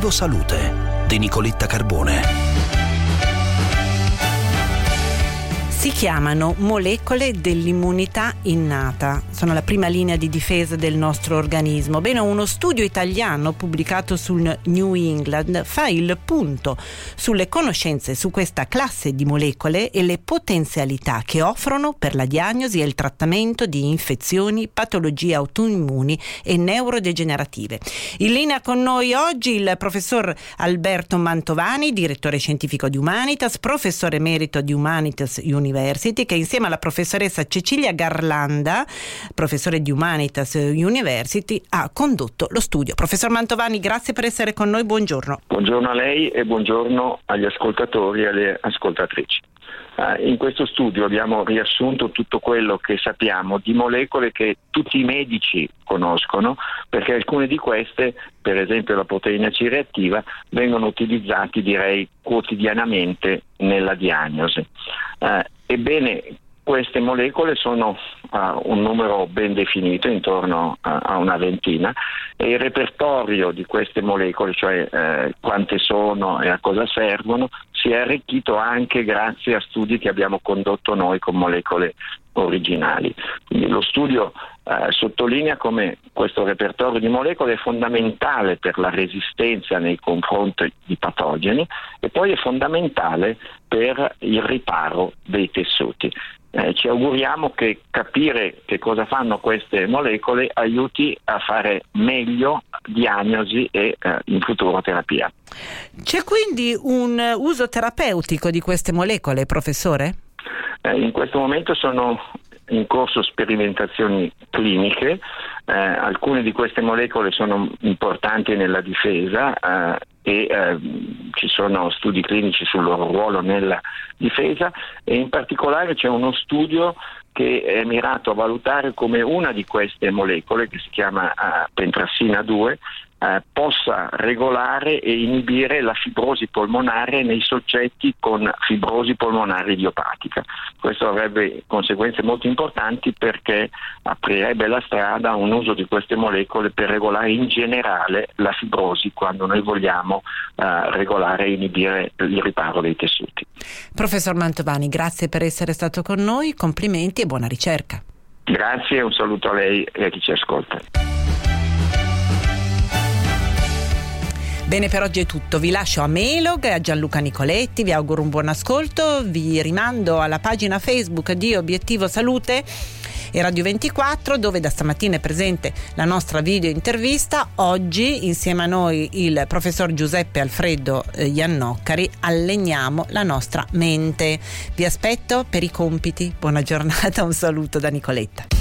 Obiettivo Salute di Nicoletta Carbone. Si chiamano molecole dell'immunità innata. Sono la prima linea di difesa del nostro organismo. Bene, uno studio italiano pubblicato sul New England fa il punto sulle conoscenze su questa classe di molecole e le potenzialità che offrono per la diagnosi e il trattamento di infezioni, patologie autoimmuni e neurodegenerative. In linea con noi oggi il professor Alberto Mantovani, direttore scientifico di Humanitas, professore emerito di Humanitas University, che insieme alla professoressa Cecilia Garlanda, professore di Humanitas University, ha condotto lo studio. Professor Mantovani, grazie per essere con noi, buongiorno. Buongiorno a lei e buongiorno agli ascoltatori e alle ascoltatrici. In questo studio abbiamo riassunto tutto quello che sappiamo di molecole che tutti i medici conoscono, perché alcune di queste, per esempio la proteina C reattiva, vengono utilizzati direi quotidianamente nella diagnosi. Ebbene, queste molecole sono un numero ben definito, intorno a una ventina, e il repertorio di queste molecole, cioè quante sono e a cosa servono, si è arricchito anche grazie a studi che abbiamo condotto noi con molecole originali. Quindi lo studio sottolinea come questo repertorio di molecole è fondamentale per la resistenza nei confronti di patogeni e poi è fondamentale per il riparo dei tessuti. Ci auguriamo che capire che cosa fanno queste molecole aiuti a fare meglio diagnosi e in futuro terapia. C'è quindi un uso terapeutico di queste molecole, professore? In questo momento sono in corso sperimentazioni cliniche. Alcune di queste molecole sono importanti nella difesa e ci sono studi clinici sul loro ruolo nella difesa, e in particolare c'è uno studio che è mirato a valutare come una di queste molecole, che si chiama pentrassina 2, possa regolare e inibire la fibrosi polmonare nei soggetti con fibrosi polmonare idiopatica. Questo avrebbe conseguenze molto importanti perché aprirebbe la strada a un uso di queste molecole per regolare in generale la fibrosi quando noi vogliamo regolare e inibire il riparo dei tessuti. Professor Mantovani, grazie per essere stato con noi, complimenti e buona ricerca. Grazie e un saluto a lei e a chi ci ascolta. Bene, per oggi è tutto. Vi lascio a Melog e a Gianluca Nicoletti, vi auguro un buon ascolto, vi rimando alla pagina Facebook di Obiettivo Salute e Radio 24, dove da stamattina è presente la nostra video intervista. Oggi insieme a noi il professor Giuseppe Alfredo Iannoccari, alleniamo la nostra mente. Vi aspetto per i compiti. Buona giornata, un saluto da Nicoletta.